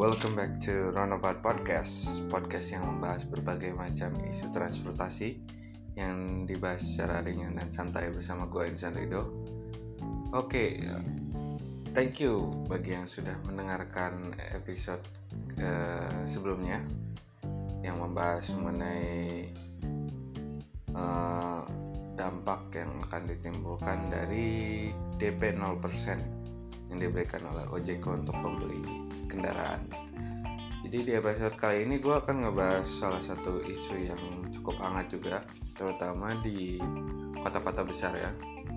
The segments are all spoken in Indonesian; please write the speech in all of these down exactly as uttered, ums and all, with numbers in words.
welcome back to Roundabout Podcast. Podcast yang membahas berbagai macam isu transportasi yang dibahas secara ringan dan santai bersama gue Insan Rido. Oke, okay, thank you bagi yang sudah mendengarkan episode uh, sebelumnya yang membahas mengenai uh, dampak yang akan ditimbulkan dari D P nol persen yang diberikan oleh Ojeko untuk pembeli kendaraan. Jadi di episode kali ini gue akan ngebahas salah satu isu yang cukup hangat juga, terutama di kota-kota besar ya,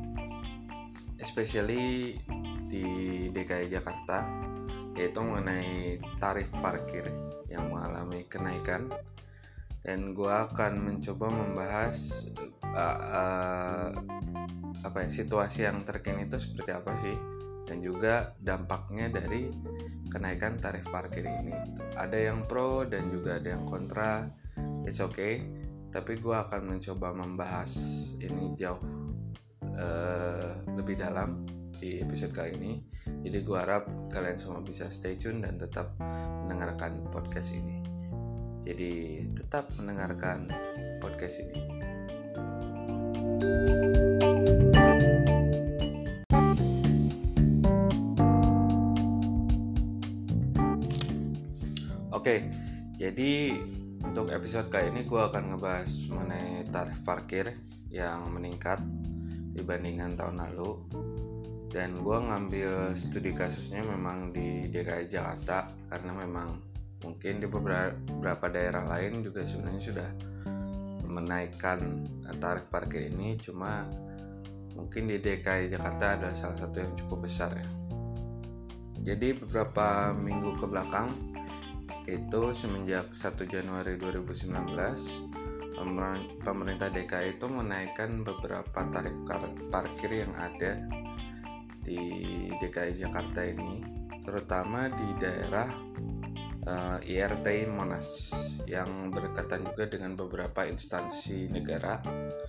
especially di D K I Jakarta, yaitu mengenai tarif parkir yang mengalami kenaikan. Dan gue akan mencoba membahas uh, uh, apa ya, situasi yang terkini itu seperti apa sih, dan juga dampaknya dari kenaikan tarif parkir ini. Ada yang pro dan juga ada yang kontra. It's okay, tapi gue akan mencoba membahas ini jauh uh, lebih dalam di episode kali ini. Jadi gue harap kalian semua bisa stay tune dan tetap mendengarkan podcast ini. Jadi tetap mendengarkan podcast ini. Oke, jadi untuk episode kali ini gue akan ngebahas mengenai tarif parkir yang meningkat dibandingkan tahun lalu. Dan gue ngambil studi kasusnya memang di D K I Jakarta, karena memang mungkin di beberapa daerah lain juga sebenarnya sudah menaikkan tarif parkir ini, cuma mungkin di D K I Jakarta adalah salah satu yang cukup besar ya. Jadi beberapa minggu ke belakang itu, semenjak satu Januari dua ribu sembilan belas, pemerintah D K I itu menaikkan beberapa tarif parkir yang ada di D K I Jakarta ini, terutama di daerah uh, I R T I Monas yang berdekatan juga dengan beberapa instansi negara.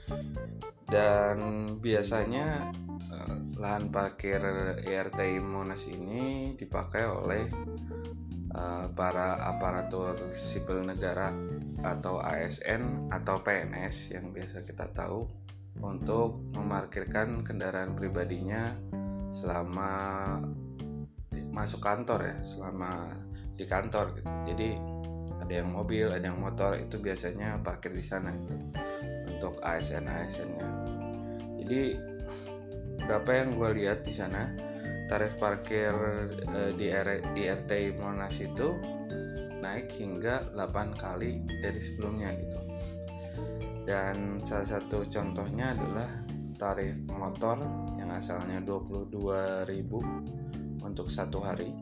Dan biasanya uh, lahan parkir I R T I Monas ini dipakai oleh Uh, para aparatur sipil negara atau A S N atau P N S yang biasa kita tahu, untuk memarkirkan kendaraan pribadinya selama masuk kantor ya, selama di kantor gitu. Jadi ada yang mobil, ada yang motor, itu biasanya parkir di sana gitu, untuk A S N-A S N-nya. Jadi berapa yang gue lihat di sana, tarif parkir eh, di, R- di R T I Monas itu naik hingga delapan kali dari sebelumnya gitu. Dan salah satu contohnya adalah tarif motor yang asalnya dua puluh dua ribu untuk satu hari.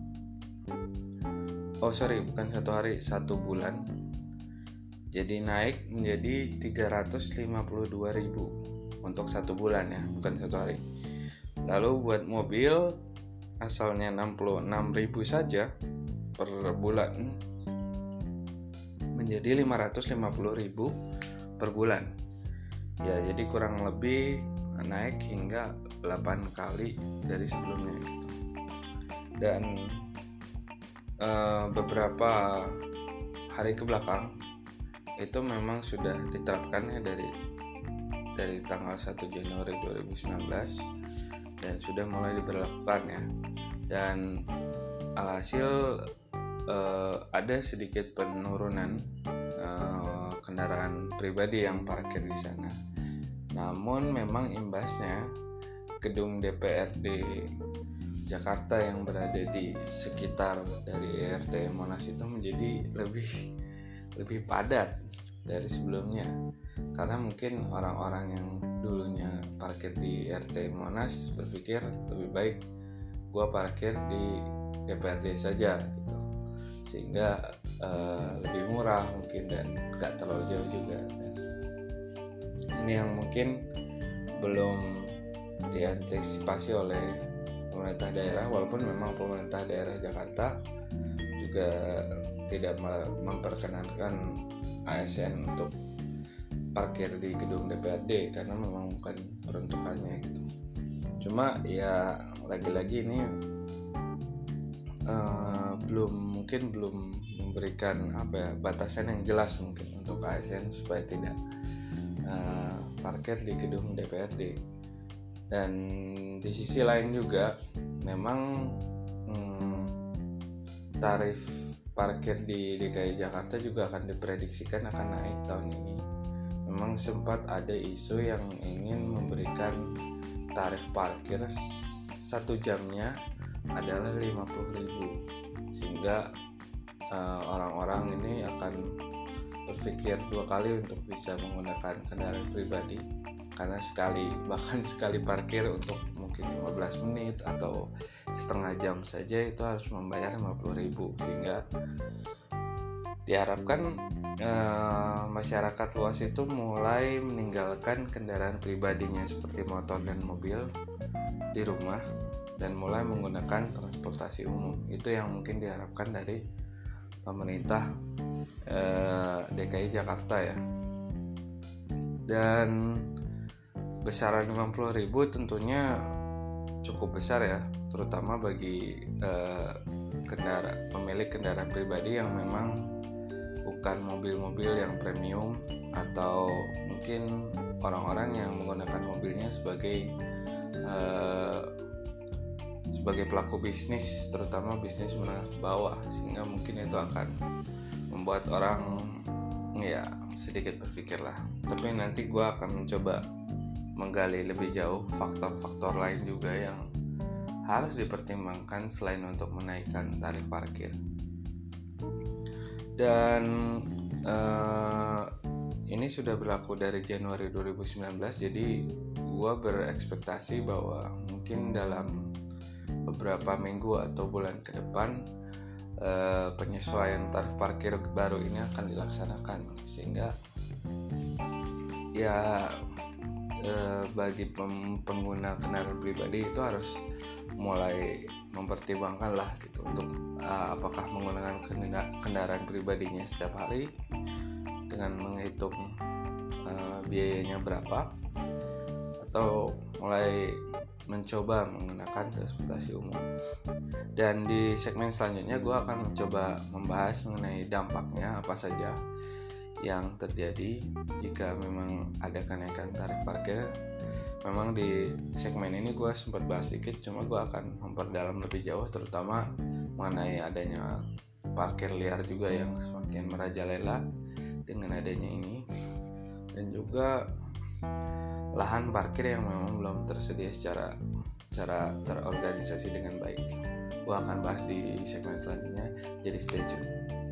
Oh sorry, bukan satu hari, satu bulan. Jadi naik menjadi tiga ratus lima puluh dua ribu untuk satu bulan ya, bukan satu hari. Lalu buat mobil asalnya enam puluh enam ribu saja per bulan menjadi lima ratus lima puluh ribu per bulan. Ya, jadi kurang lebih naik hingga delapan kali dari sebelumnya gitu. Dan uh, beberapa hari ke belakang itu memang sudah diterapkannya dari dari tanggal satu Januari dua ribu sembilan belas. Dan sudah mulai diberlakukan ya. Dan alhasil eh, ada sedikit penurunan eh, kendaraan pribadi yang parkir di sana. Namun memang imbasnya gedung D P R D Jakarta yang berada di sekitar dari I R T I Monas itu menjadi lebih lebih padat dari sebelumnya. Karena mungkin orang-orang yang dulunya parkir di R T I Monas berpikir lebih baik gue parkir di D P R D saja gitu, sehingga uh, lebih murah mungkin dan gak terlalu jauh juga. Dan ini yang mungkin belum diantisipasi oleh pemerintah daerah, walaupun memang pemerintah daerah Jakarta juga tidak memperkenankan A S N untuk parkir di gedung D P R D karena memang bukan peruntukannya gitu. Cuma ya lagi-lagi ini uh, belum mungkin belum memberikan apa ya, batasan yang jelas mungkin untuk A S N supaya tidak uh, parkir di gedung D P R D. Dan di sisi lain juga memang hmm, tarif parkir di D K I Jakarta juga akan diprediksikan akan naik tahun ini. Memang sempat ada isu yang ingin memberikan tarif parkir satu jamnya adalah lima puluh ribu, sehingga uh, orang-orang ini akan berpikir dua kali untuk bisa menggunakan kendaraan pribadi, karena sekali bahkan sekali parkir untuk mungkin lima belas menit atau setengah jam saja itu harus membayar lima puluh ribu, sehingga diharapkan eh, masyarakat luas itu mulai meninggalkan kendaraan pribadinya seperti motor dan mobil di rumah dan mulai menggunakan transportasi umum. Itu yang mungkin diharapkan dari pemerintah eh, D K I Jakarta ya. Dan besaran lima puluh ribu tentunya cukup besar ya, terutama bagi eh, kendara pemilik kendaraan pribadi yang memang bukan mobil-mobil yang premium, atau mungkin orang-orang yang menggunakan mobilnya sebagai eh, sebagai pelaku bisnis, terutama bisnis menengah ke bawah, sehingga mungkin itu akan membuat orang ya sedikit berpikir lah. Tapi nanti gue akan mencoba menggali lebih jauh faktor-faktor lain juga yang harus dipertimbangkan selain untuk menaikkan tarif parkir. Dan uh, ini sudah berlaku dari Januari dua ribu sembilan belas, jadi gue berekspektasi bahwa mungkin dalam beberapa minggu atau bulan ke depan uh, penyesuaian tarif parkir baru ini akan dilaksanakan, sehingga ya eh, bagi pengguna kendaraan pribadi itu harus mulai mempertimbangkan lah gitu untuk uh, apakah menggunakan kendaraan pribadinya setiap hari dengan menghitung uh, biayanya berapa, atau mulai mencoba menggunakan transportasi umum. Dan di segmen selanjutnya gue akan mencoba membahas mengenai dampaknya apa saja yang terjadi jika memang ada kenaikan tarif parkir. Memang di segmen ini gue sempat bahas sedikit, cuma gue akan memperdalam lebih jauh, terutama mengenai adanya parkir liar juga yang semakin merajalela dengan adanya ini, dan juga lahan parkir yang memang belum tersedia secara secara terorganisasi dengan baik. Gue akan bahas di segmen selanjutnya, jadi stay tune.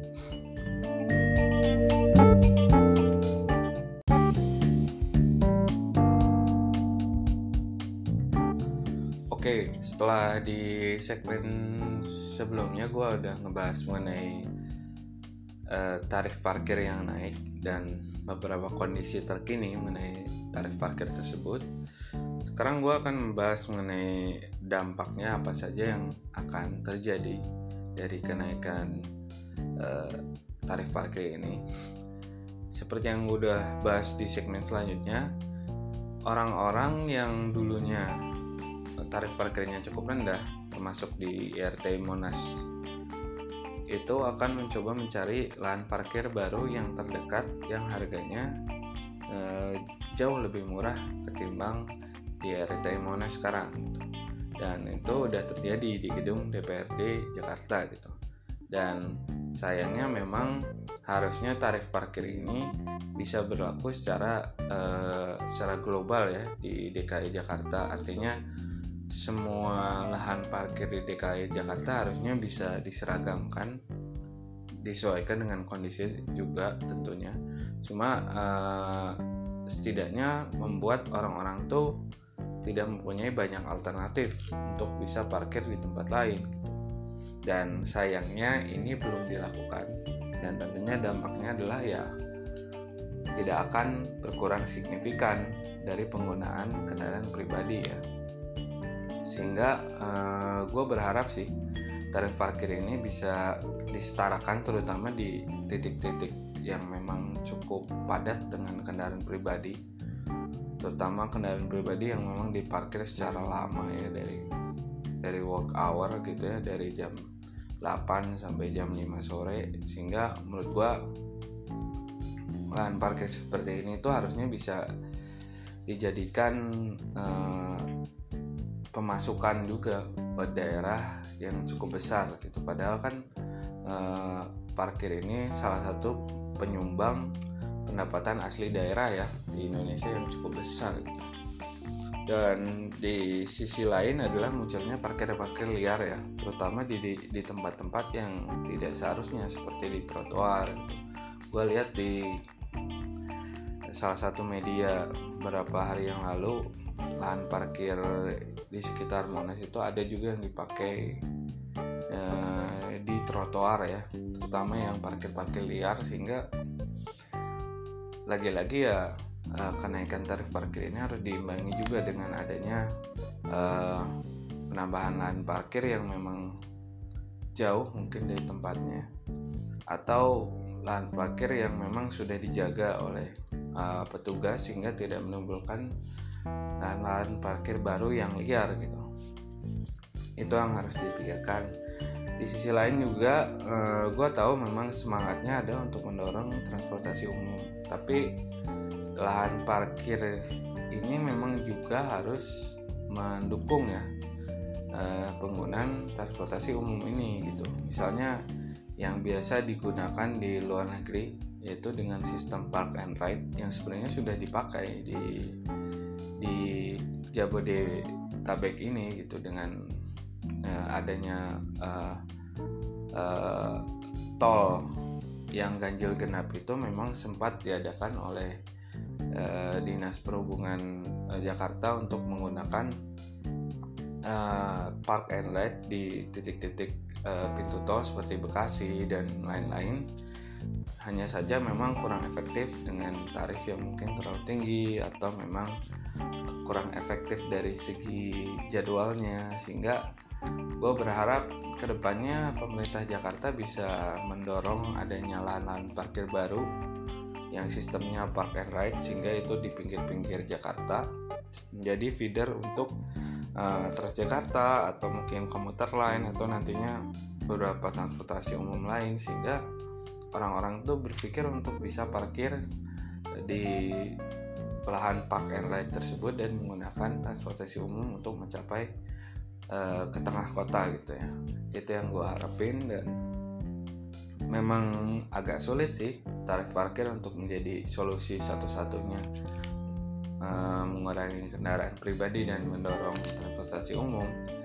Oke, setelah di segmen sebelumnya gue udah ngebahas mengenai uh, tarif parkir yang naik dan beberapa kondisi terkini mengenai tarif parkir tersebut. Sekarang gue akan membahas mengenai dampaknya apa saja yang akan terjadi dari kenaikan uh, tarif parkir ini. Seperti yang gue udah bahas di segmen selanjutnya, orang-orang yang dulunya tarif parkirnya cukup rendah, termasuk di I R T Monas, itu akan mencoba mencari lahan parkir baru yang terdekat yang harganya eh, jauh lebih murah ketimbang di I R T Monas sekarang gitu. Dan itu udah terjadi di gedung D P R D Jakarta gitu. Dan sayangnya memang harusnya tarif parkir ini bisa berlaku secara eh, secara global ya di D K I Jakarta. Artinya semua lahan parkir di D K I Jakarta harusnya bisa diseragamkan, disesuaikan dengan kondisi juga tentunya. Cuma uh, setidaknya membuat orang-orang tuh tidak mempunyai banyak alternatif untuk bisa parkir di tempat lain gitu. Dan sayangnya ini belum dilakukan, dan tentunya dampaknya adalah ya tidak akan berkurang signifikan dari penggunaan kendaraan pribadi ya. Sehingga uh, gue berharap sih tarif parkir ini bisa disetarakan, terutama di titik-titik yang memang cukup padat dengan kendaraan pribadi, terutama kendaraan pribadi yang memang diparkir secara lama ya, dari dari work hour gitu ya, dari jam delapan sampai jam lima sore, sehingga menurut gua lahan parkir seperti ini tuh harusnya bisa dijadikan eh, pemasukan juga buat daerah yang cukup besar gitu. Padahal kan eh, parkir ini salah satu penyumbang pendapatan asli daerah ya di Indonesia yang cukup besar gitu. Dan di sisi lain adalah munculnya parkir-parkir liar ya, terutama di, di, di tempat-tempat yang tidak seharusnya, seperti di trotoar gitu. Gue lihat di salah satu media beberapa hari yang lalu, lahan parkir di sekitar Monas itu ada juga yang dipakai eh, di trotoar ya, terutama yang parkir-parkir liar, sehingga lagi-lagi ya Uh, kenaikan tarif parkir ini harus diimbangi juga dengan adanya uh, penambahan lahan parkir yang memang jauh mungkin dari tempatnya, atau lahan parkir yang memang sudah dijaga oleh uh, petugas sehingga tidak menimbulkan lahan parkir baru yang liar gitu. Itu yang harus dipikirkan. Di sisi lain juga uh, gue tahu memang semangatnya ada untuk mendorong transportasi umum, tapi lahan parkir ini memang juga harus mendukung ya eh, penggunaan transportasi umum ini gitu. Misalnya yang biasa digunakan di luar negeri, yaitu dengan sistem park and ride yang sebenarnya sudah dipakai di di Jabodetabek ini gitu, dengan eh, adanya eh, eh, tol yang ganjil genap itu memang sempat diadakan oleh Uh, Dinas Perhubungan uh, Jakarta untuk menggunakan uh, park and ride di titik-titik uh, pintu tol seperti Bekasi dan lain-lain. Hanya saja memang kurang efektif dengan tarif yang mungkin terlalu tinggi, atau memang kurang efektif dari segi jadwalnya, sehingga gue berharap kedepannya pemerintah Jakarta bisa mendorong adanya lahan-lahan parkir baru yang sistemnya park and ride, sehingga itu di pinggir-pinggir Jakarta menjadi feeder untuk uh, Transjakarta atau mungkin komuter lain, atau nantinya beberapa transportasi umum lain, sehingga orang-orang itu berpikir untuk bisa parkir di lahan park and ride tersebut dan menggunakan transportasi umum untuk mencapai uh, ke tengah kota gitu ya. Itu yang gue harapin, dan memang agak sulit sih tarif parkir untuk menjadi solusi satu-satunya uh, mengurangi kendaraan pribadi dan mendorong transportasi umum.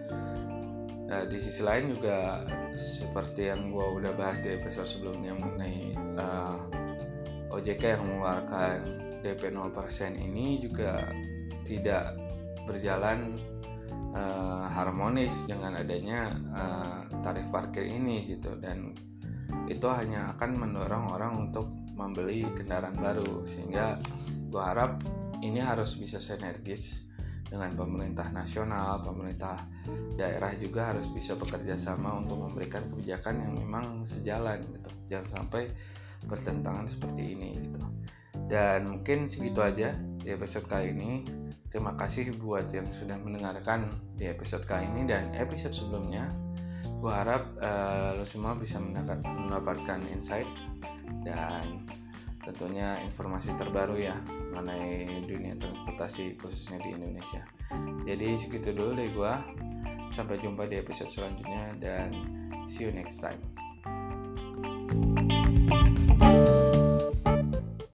Uh, di sisi lain juga seperti yang gue udah bahas di episode sebelumnya mengenai uh, O J K yang mengeluarkan D P nol persen ini juga tidak berjalan uh, harmonis dengan adanya uh, tarif parkir ini gitu, dan itu hanya akan mendorong orang untuk membeli kendaraan baru, sehingga gue harap ini harus bisa sinergis dengan pemerintah nasional, pemerintah daerah juga harus bisa bekerja sama untuk memberikan kebijakan yang memang sejalan gitu, jangan sampai bertentangan seperti ini gitu. Dan mungkin segitu aja di episode kali ini. Terima kasih buat yang sudah mendengarkan di episode kali ini dan episode sebelumnya. Gue harap uh, lo semua bisa mendapatkan insight dan tentunya informasi terbaru ya mengenai dunia transportasi khususnya di Indonesia. Jadi segitu dulu dari gue. Sampai jumpa di episode selanjutnya dan see you next time.